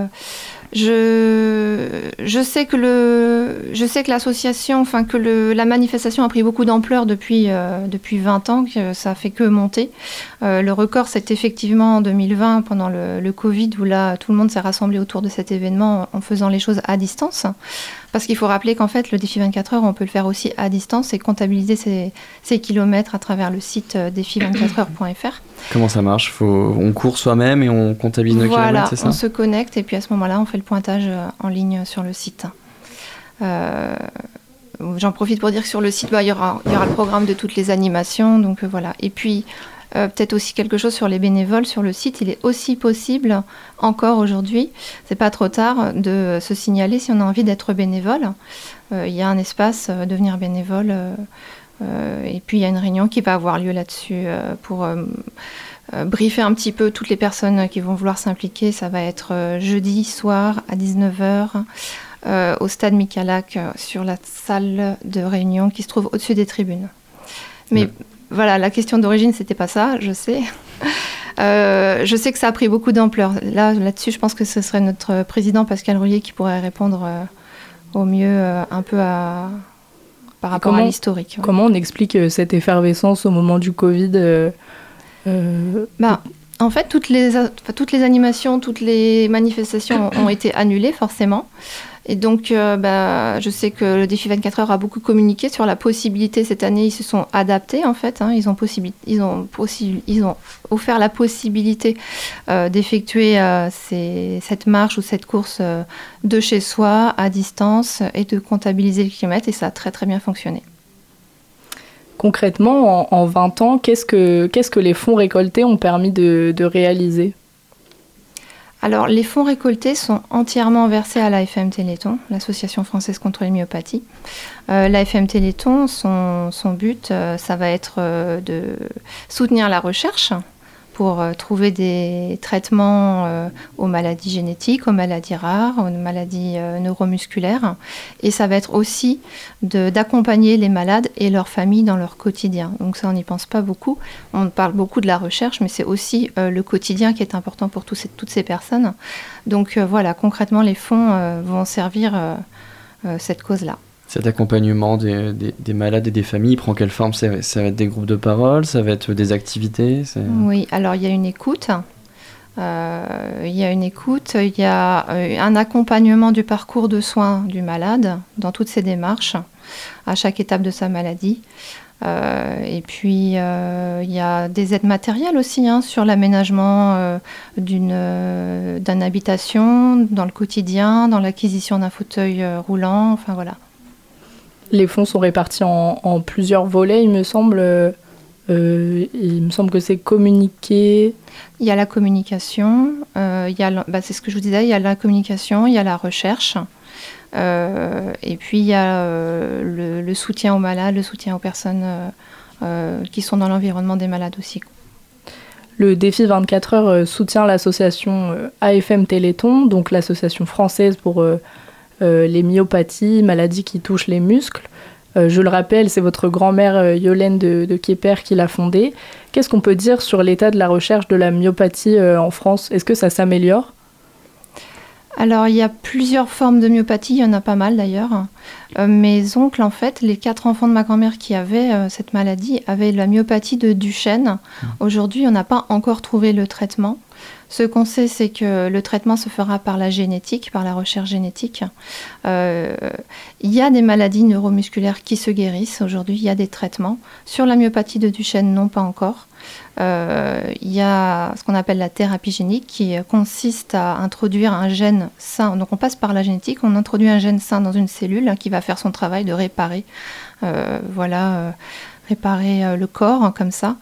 Je... je sais que le, je sais que l'association, enfin que le, la manifestation a pris beaucoup d'ampleur depuis euh, depuis vingt ans, que ça a fait que monter. Euh, le record, c'est effectivement en deux mille vingt pendant le, le Covid où là tout le monde s'est rassemblé autour de cet événement en faisant les choses à distance. Parce qu'il faut rappeler qu'en fait le défi vingt-quatre heures, on peut le faire aussi à distance et comptabiliser ses, ses kilomètres à travers le site défi vingt-quatre heures point f r. Comment ça marche ? Faut, on court soi-même et on comptabilise nos voilà, kilomètres, c'est ça ? Voilà, on se connecte et puis à ce moment-là, on fait le pointage en ligne sur le site. Euh, j'en profite pour dire que sur le site, bah, il y aura, il y aura le programme de toutes les animations, donc euh, voilà. Et puis Euh, peut-être aussi quelque chose sur les bénévoles sur le site. Il est aussi possible, encore aujourd'hui, c'est pas trop tard, de se signaler si on a envie d'être bénévole. Euh, il y a un espace euh, devenir bénévole euh, euh, et puis il y a une réunion qui va avoir lieu là-dessus euh, pour euh, euh, briefer un petit peu toutes les personnes qui vont vouloir s'impliquer. Ça va être euh, jeudi soir à dix-neuf heures euh, au stade Michalak euh, sur la salle de réunion qui se trouve au-dessus des tribunes. Mais ouais. Voilà, la question d'origine, c'était pas ça, je sais. Euh, je sais que ça a pris beaucoup d'ampleur. Là, là-dessus, je pense que ce serait notre président Pascal Roulier qui pourrait répondre euh, au mieux euh, un peu à, par rapport comment, à l'historique. Ouais. Comment on explique euh, cette effervescence au moment du Covid euh, euh... Bah, en fait, toutes les, toutes les animations, toutes les manifestations ont été annulées, forcément. Et donc, euh, bah, je sais que le défi vingt-quatre heures a beaucoup communiqué sur la possibilité. Cette année, ils se sont adaptés, en fait. Hein, ils, ont possibi- ils, ont possi- ils ont offert la possibilité euh, d'effectuer euh, ces, cette marche ou cette course euh, de chez soi, à distance, et de comptabiliser le kilomètre. Et ça a très, très bien fonctionné. Concrètement, en, en vingt ans, qu'est-ce que, qu'est-ce que les fonds récoltés ont permis de, de réaliser ? Alors, les fonds récoltés sont entièrement versés à l'A F M Téléthon, l'Association française contre les myopathies. Euh, L'A F M Téléthon, son, son but, euh, ça va être euh, de soutenir la recherche pour euh, trouver des traitements euh, aux maladies génétiques, aux maladies rares, aux maladies euh, neuromusculaires. Et ça va être aussi de, d'accompagner les malades et leurs familles dans leur quotidien. Donc ça, on n'y pense pas beaucoup. On parle beaucoup de la recherche, mais c'est aussi euh, le quotidien qui est important pour tous ces, toutes ces personnes. Donc euh, voilà, concrètement, les fonds euh, vont servir euh, euh, cette cause-là. Cet accompagnement des, des, des malades et des familles, il prend quelle forme ? ça, ça va être des groupes de parole, ça va être des activités c'est... Oui, alors il y a une écoute. Euh, il y a une écoute, il y a euh, un accompagnement du parcours de soins du malade dans toutes ses démarches, à chaque étape de sa maladie. Euh, et puis, euh, il y a des aides matérielles aussi hein, sur l'aménagement euh, d'une, euh, d'une habitation, dans le quotidien, dans l'acquisition d'un fauteuil euh, roulant, enfin voilà. Les fonds sont répartis en, en plusieurs volets, il me semble. Euh, il me semble que c'est communiquer. Il y a la communication, euh, il y a, bah, c'est ce que je vous disais, il y a la communication, il y a la recherche, euh, et puis il y a euh, le, le soutien aux malades, le soutien aux personnes euh, euh, qui sont dans l'environnement des malades aussi. Le défi vingt-quatre heures soutient l'association A F M Téléthon, donc l'association française pour euh, euh, les myopathies, maladies qui touchent les muscles. Euh, je le rappelle, c'est votre grand-mère euh, Yolène de, de Kepper qui l'a fondée. Qu'est-ce qu'on peut dire sur l'état de la recherche de la myopathie euh, en France ? Est-ce que ça s'améliore ? Alors, il y a plusieurs formes de myopathie, il y en a pas mal d'ailleurs. Euh, mes oncles, en fait, les quatre enfants de ma grand-mère qui avaient euh, cette maladie, avaient la myopathie de Duchenne. Aujourd'hui, on n'a pas encore trouvé le traitement. Ce qu'on sait, c'est que le traitement se fera par la génétique, par la recherche génétique. Euh, il y a des maladies neuromusculaires qui se guérissent. Aujourd'hui, il y a des traitements. Sur la myopathie de Duchenne, non, pas encore. Euh, il y a ce qu'on appelle la thérapie génique qui consiste à introduire un gène sain. Donc on passe par la génétique, on introduit un gène sain dans une cellule qui va faire son travail de réparer, euh, voilà, euh, réparer euh, le corps hein, comme ça.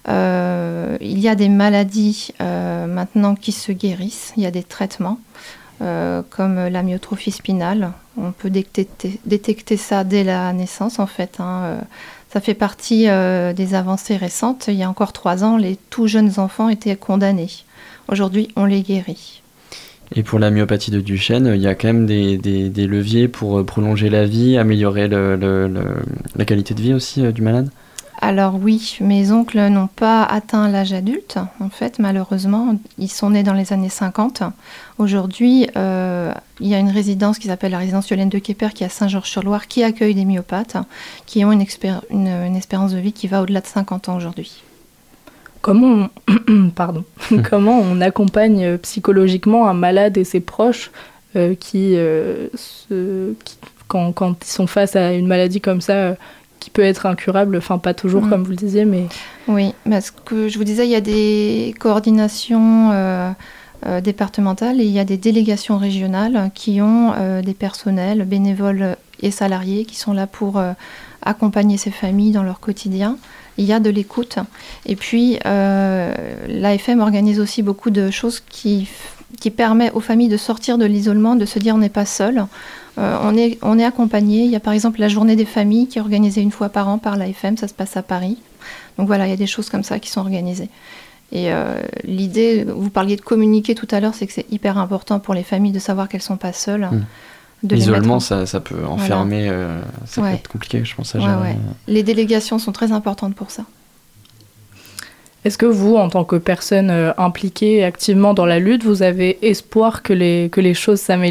Euh, il y a des maladies euh, maintenant qui se guérissent, il y a des traitements euh, comme la myotrophie spinale. On peut détecter, détecter ça dès la naissance en fait. Hein, euh, Ça fait partie euh, des avancées récentes. Il y a encore trois ans, les tout jeunes enfants étaient condamnés. Aujourd'hui, on les guérit. Et pour la myopathie de Duchenne, il y a quand même des, des, des leviers pour prolonger la vie, améliorer le, le, le, la qualité de vie aussi euh, du malade ? Alors oui, mes oncles n'ont pas atteint l'âge adulte, en fait, malheureusement. Ils sont nés dans les années cinquante. Aujourd'hui, euh, il y a une résidence qui s'appelle la résidence Yolène de Kepper qui est à Saint-Georges-sur-Loire, qui accueille des myopathes, qui ont une, expér- une, une espérance de vie qui va au-delà de cinquante ans aujourd'hui. Comment on, Pardon. Comment on accompagne psychologiquement un malade et ses proches euh, qui, euh, se, qui quand, quand ils sont face à une maladie comme ça, euh, qui peut être incurable, enfin pas toujours mmh. comme vous le disiez, mais... Oui, parce que je vous disais, il y a des coordinations euh, euh, départementales et il y a des délégations régionales qui ont euh, des personnels bénévoles et salariés qui sont là pour euh, accompagner ces familles dans leur quotidien. Il y a de l'écoute. Et puis, euh, l'A F M organise aussi beaucoup de choses qui, qui permettent aux familles de sortir de l'isolement, de se dire on n'est pas seul. Euh, on est, on est accompagné. Il y a par exemple la journée des familles qui est organisée une fois par an par l'A F M. Ça se passe à Paris. Donc voilà, il y a des choses comme ça qui sont organisées. Et euh, l'idée, vous parliez de communiquer tout à l'heure, c'est que c'est hyper important pour les familles de savoir qu'elles ne sont pas seules. Mmh. L'isolement, en... ça, ça peut enfermer, voilà. euh, ça ouais. peut être compliqué, je pense. À ouais, ouais. Les délégations sont très importantes pour ça. Est-ce que vous, en tant que personne euh, impliquée activement dans la lutte, vous avez espoir que les, que les choses s'améliorent ?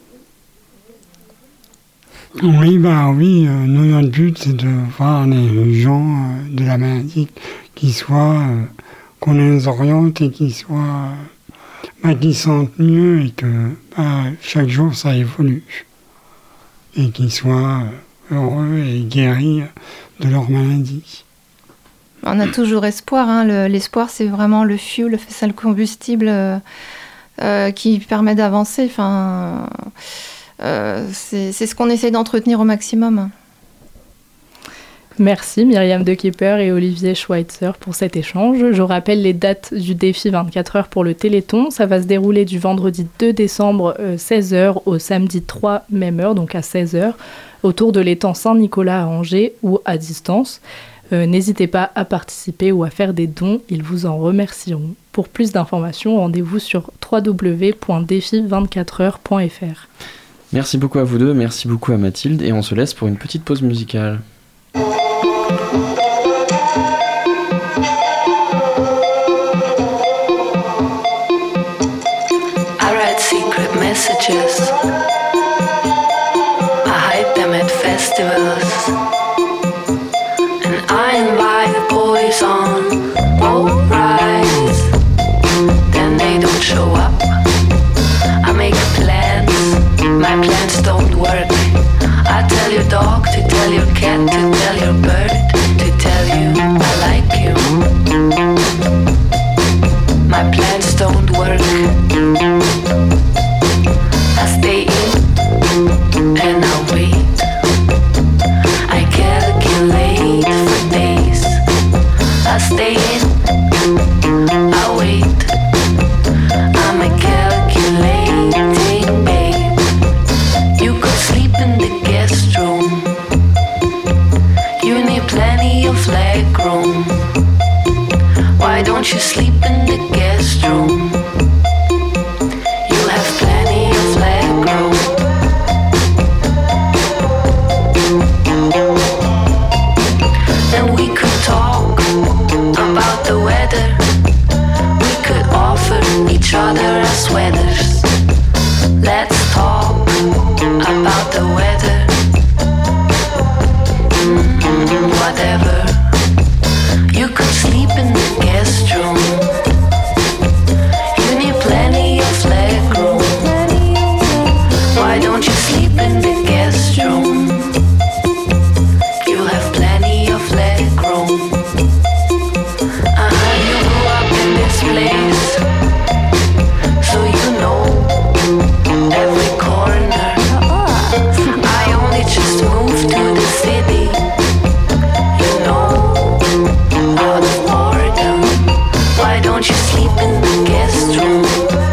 Oui, bah oui, euh, nous, notre but, c'est de voir les gens euh, de la maladie qui soient, euh, qu'on les oriente et qui soient, euh, bah, qui sentent mieux et que bah, chaque jour ça évolue. Et qu'ils soient euh, heureux et guéris de leur maladie. On a toujours espoir, hein. Le, l'espoir c'est vraiment le fuel, c'est le combustible euh, euh, qui permet d'avancer. Enfin, euh, c'est, c'est ce qu'on essaie d'entretenir au maximum. Merci Myriam de Kepper et Olivier Schweitzer pour cet échange. Je rappelle les dates du défi vingt-quatre heures pour le Téléthon. Ça va se dérouler du vendredi deux décembre euh, seize heures au samedi trois même heure, donc à seize heures, autour de l'étang Saint-Nicolas à Angers ou à distance. Euh, n'hésitez pas à participer ou à faire des dons, ils vous en remercieront. Pour plus d'informations, rendez-vous sur w w w point défi vingt-quatre heures point f r. Merci beaucoup à vous deux, merci beaucoup à Mathilde, et on se laisse pour une petite pause musicale. I write secret messages. I hide them at festivals. And I invite boys on boat rides. Then they don't show up. I make plans, my plans don't work. I tell your dog to tell your cat to tell your bird to tell you I like you. My plans don't work. I stay in and I wait. I calculate for days. I stay in, I wait. I'm a calculating babe. You could sleep in the guest room. You need plenty of leg room. Why don't you sleep in the guest room? You'll have plenty of leg room. And we could talk about the weather. We could offer each other our sweaters. Let's talk about the weather. Mm-hmm, whatever. You could sleep in the guest room. You need plenty of leg room. Why don't you sleep in the guest room? You'll have plenty of leg room. Uh-huh, you grew up in this place, so you know every corner. I only just moved to the city, you know, out of boredom. Why don't you sleep in the guest room?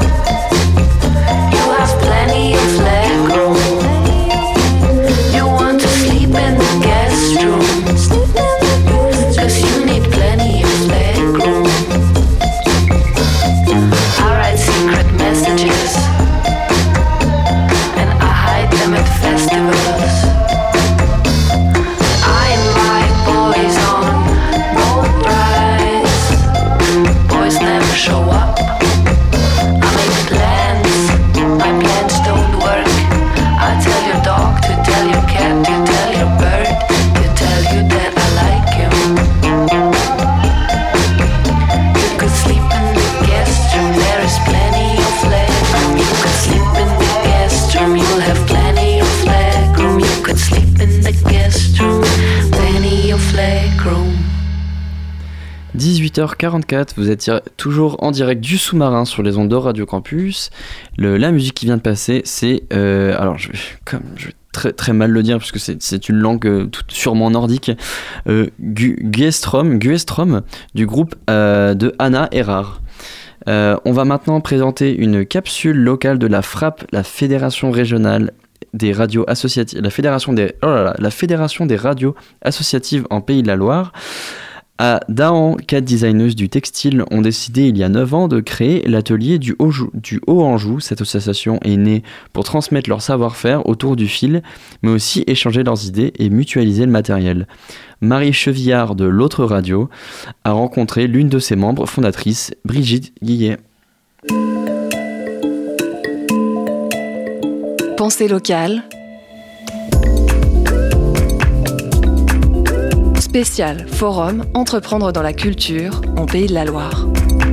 You have plenty of leg room. You want to sleep in the guest room, 'cause you need plenty of leg room. I write secret messages and I hide them at festivals. I invite boys on boat rides. Boys never show up. I make plans, my plans don't work. I tell your dog to tell your cat to tell your bird to tell you that I like you. You could sleep in the guest room, there is plenty of leg room. You could sleep in the guest room, you'll have plenty of leg room. You could sleep in the guest room, plenty of leg room. dix-huit heures quarante-quatre, vous êtes toujours en direct du sous-marin sur les ondes de Radio Campus. Le, la musique qui vient de passer, c'est... Euh, alors, je, comme je vais très, très mal le dire puisque c'est, c'est une langue euh, tout, sûrement nordique, euh, Gu- Guestrom, Guestrom du groupe euh, de Anna Erhard. Euh, on va maintenant présenter une capsule locale de la FRAP, la Fédération régionale des radios associatives, la Fédération des, oh là là, la Fédération des radios associatives en Pays de la Loire. À Dahan, quatre designeuses du textile ont décidé il y a neuf ans de créer l'atelier du Haut-Anjou. Du Haut-Anjou. Cette association est née pour transmettre leur savoir-faire autour du fil, mais aussi échanger leurs idées et mutualiser le matériel. Marie Chevillard de l'autre radio a rencontré l'une de ses membres fondatrices, Brigitte Guillet. Pensée locale. Spécial Forum Entreprendre dans la culture en Pays de la Loire.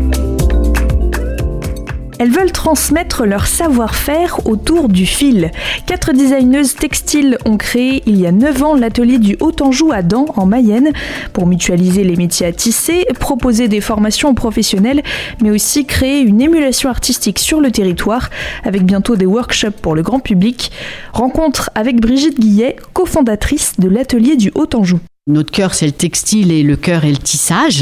Elles veulent transmettre leur savoir-faire autour du fil. Quatre designeuses textiles ont créé il y a neuf ans l'atelier du Haut-Anjou à Dahan, en Mayenne, pour mutualiser les métiers à tisser, proposer des formations professionnelles, mais aussi créer une émulation artistique sur le territoire, avec bientôt des workshops pour le grand public. Rencontre avec Brigitte Guillet, cofondatrice de l'atelier du Haut-Anjou. Notre cœur, c'est le textile et le cœur est le tissage.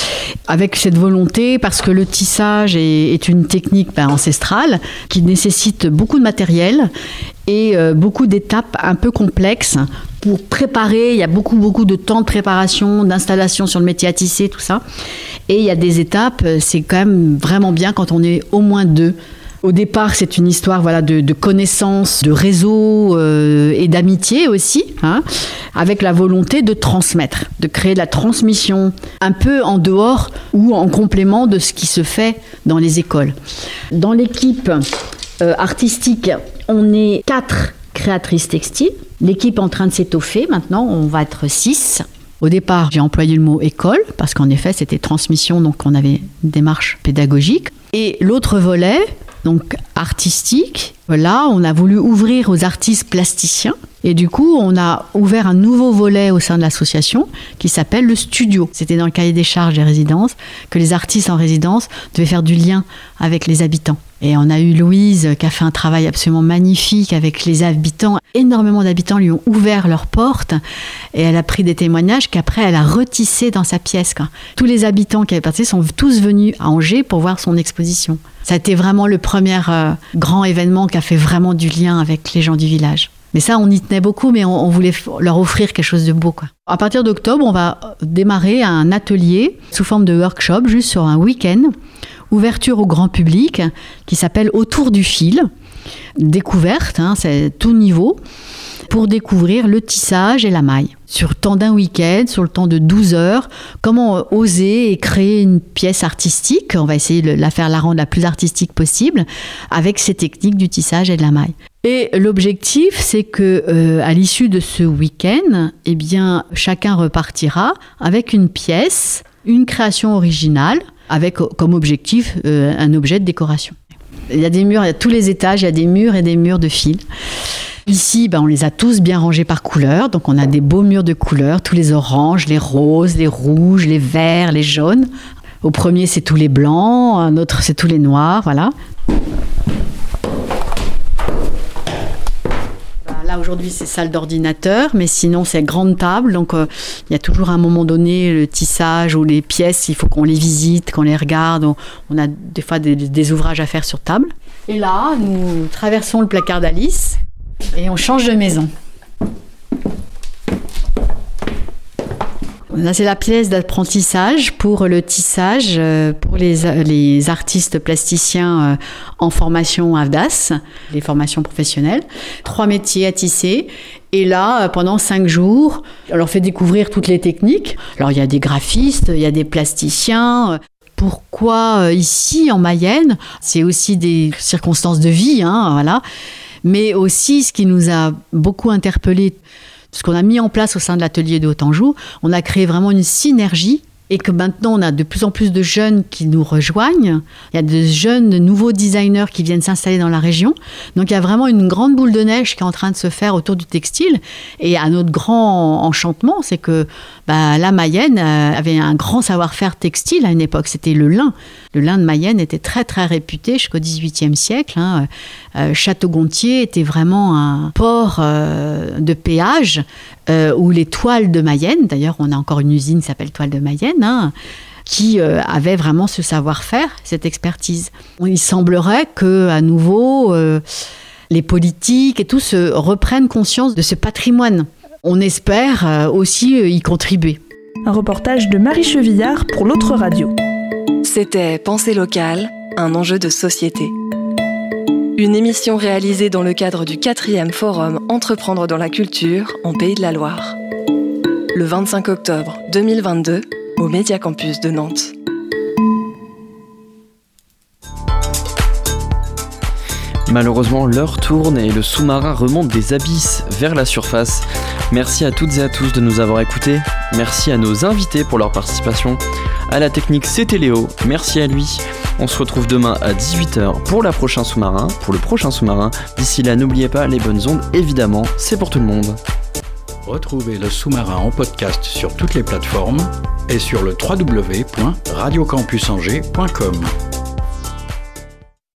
Avec cette volonté, parce que le tissage est, est une technique ben, ancestrale qui nécessite beaucoup de matériel et euh, beaucoup d'étapes un peu complexes pour préparer. Il y a beaucoup, beaucoup de temps de préparation, d'installation sur le métier à tisser, tout ça. Et il y a des étapes, c'est quand même vraiment bien quand on est au moins deux. Au départ, c'est une histoire voilà, de, de connaissances, de réseaux euh, et d'amitié aussi, hein, avec la volonté de transmettre, de créer de la transmission un peu en dehors ou en complément de ce qui se fait dans les écoles. Dans l'équipe euh, artistique, on est quatre créatrices textiles. L'équipe est en train de s'étoffer. Maintenant, on va être six. Au départ, j'ai employé le mot école parce qu'en effet, c'était transmission, donc on avait une démarche pédagogique. Et l'autre volet, donc artistique, là, on a voulu ouvrir aux artistes plasticiens. Et du coup, on a ouvert un nouveau volet au sein de l'association qui s'appelle le studio. C'était dans le cahier des charges des résidences que les artistes en résidence devaient faire du lien avec les habitants. Et on a eu Louise qui a fait un travail absolument magnifique avec les habitants. Énormément d'habitants lui ont ouvert leurs portes et elle a pris des témoignages qu'après elle a retissé dans sa pièce. Quoi. Tous les habitants qui avaient participé sont tous venus à Angers pour voir son exposition. Ça a été vraiment le premier euh, grand événement qui a fait vraiment du lien avec les gens du village. Mais ça, on y tenait beaucoup, mais on, on voulait leur offrir quelque chose de beau, quoi. À partir d'octobre, on va démarrer un atelier sous forme de workshop, juste sur un week-end, ouverture au grand public, qui s'appelle Autour du fil. Découverte, hein, c'est tout niveau, pour découvrir le tissage et la maille. Sur le temps d'un week-end, sur le temps de douze heures, comment oser et créer une pièce artistique. On va essayer de la faire la rendre la plus artistique possible avec ces techniques du tissage et de la maille. Et l'objectif, c'est que euh, à l'issue de ce week-end, eh bien, chacun repartira avec une pièce, une création originale, avec comme objectif euh, un objet de décoration. Il y a des murs, il y a tous les étages, il y a des murs et des murs de fil. Ici, ben, on les a tous bien rangés par couleur, donc on a des beaux murs de couleurs, tous les oranges, les roses, les rouges, les verts, les jaunes. Au premier, c'est tous les blancs, un autre, c'est tous les noirs, voilà. Là, aujourd'hui, c'est salle d'ordinateur, mais sinon, c'est grande table. Donc, euh, il y a toujours à un moment donné le tissage ou les pièces, il faut qu'on les visite, qu'on les regarde. On, on a des fois des, des ouvrages à faire sur table. Et là, nous traversons le placard d'Alice et on change de maison. Là, c'est la pièce d'apprentissage pour le tissage, pour les, les artistes plasticiens en formation A V D A S, les formations professionnelles. Trois métiers à tisser. Et là, pendant cinq jours, on leur fait découvrir toutes les techniques. Alors, il y a des graphistes, il y a des plasticiens. Pourquoi ici, en Mayenne? C'est aussi des circonstances de vie, hein, voilà. Mais aussi, ce qui nous a beaucoup interpellés, ce qu'on a mis en place au sein de l'atelier de Haut-Anjou, on a créé vraiment une synergie et que maintenant on a de plus en plus de jeunes qui nous rejoignent. Il y a de jeunes nouveaux designers qui viennent s'installer dans la région. Donc il y a vraiment une grande boule de neige qui est en train de se faire autour du textile. Et à notre grand enchantement, c'est que bah, la Mayenne avait un grand savoir-faire textile à une époque. C'était le lin. Le lin de Mayenne était très très réputé jusqu'au dix-huitième siècle. Hein. Euh, Château-Gontier était vraiment un port euh, de péage euh, où les toiles de Mayenne, d'ailleurs on a encore une usine qui s'appelle Toile de Mayenne, hein, qui euh, avait vraiment ce savoir-faire, cette expertise. Il semblerait que à nouveau euh, les politiques et tout se reprennent conscience de ce patrimoine. On espère euh, aussi euh, y contribuer. Un reportage de Marie Chevillard pour l'autre radio. C'était Pensée locale, un enjeu de société. Une émission réalisée dans le cadre du quatrième forum Entreprendre dans la culture en Pays de la Loire. Le vingt-cinq octobre deux mille vingt-deux, au Média Campus de Nantes. Malheureusement, l'heure tourne et le sous-marin remonte des abysses vers la surface. Merci à toutes et à tous de nous avoir écoutés. Merci à nos invités pour leur participation. À la technique, c'était Léo. Merci à lui. On se retrouve demain à dix-huit heures pour la prochaine sous-marin, pour le prochain sous-marin. D'ici là, n'oubliez pas, les bonnes ondes, évidemment, c'est pour tout le monde. Retrouvez le sous-marin en podcast sur toutes les plateformes et sur le w w w point radio campus angers point com.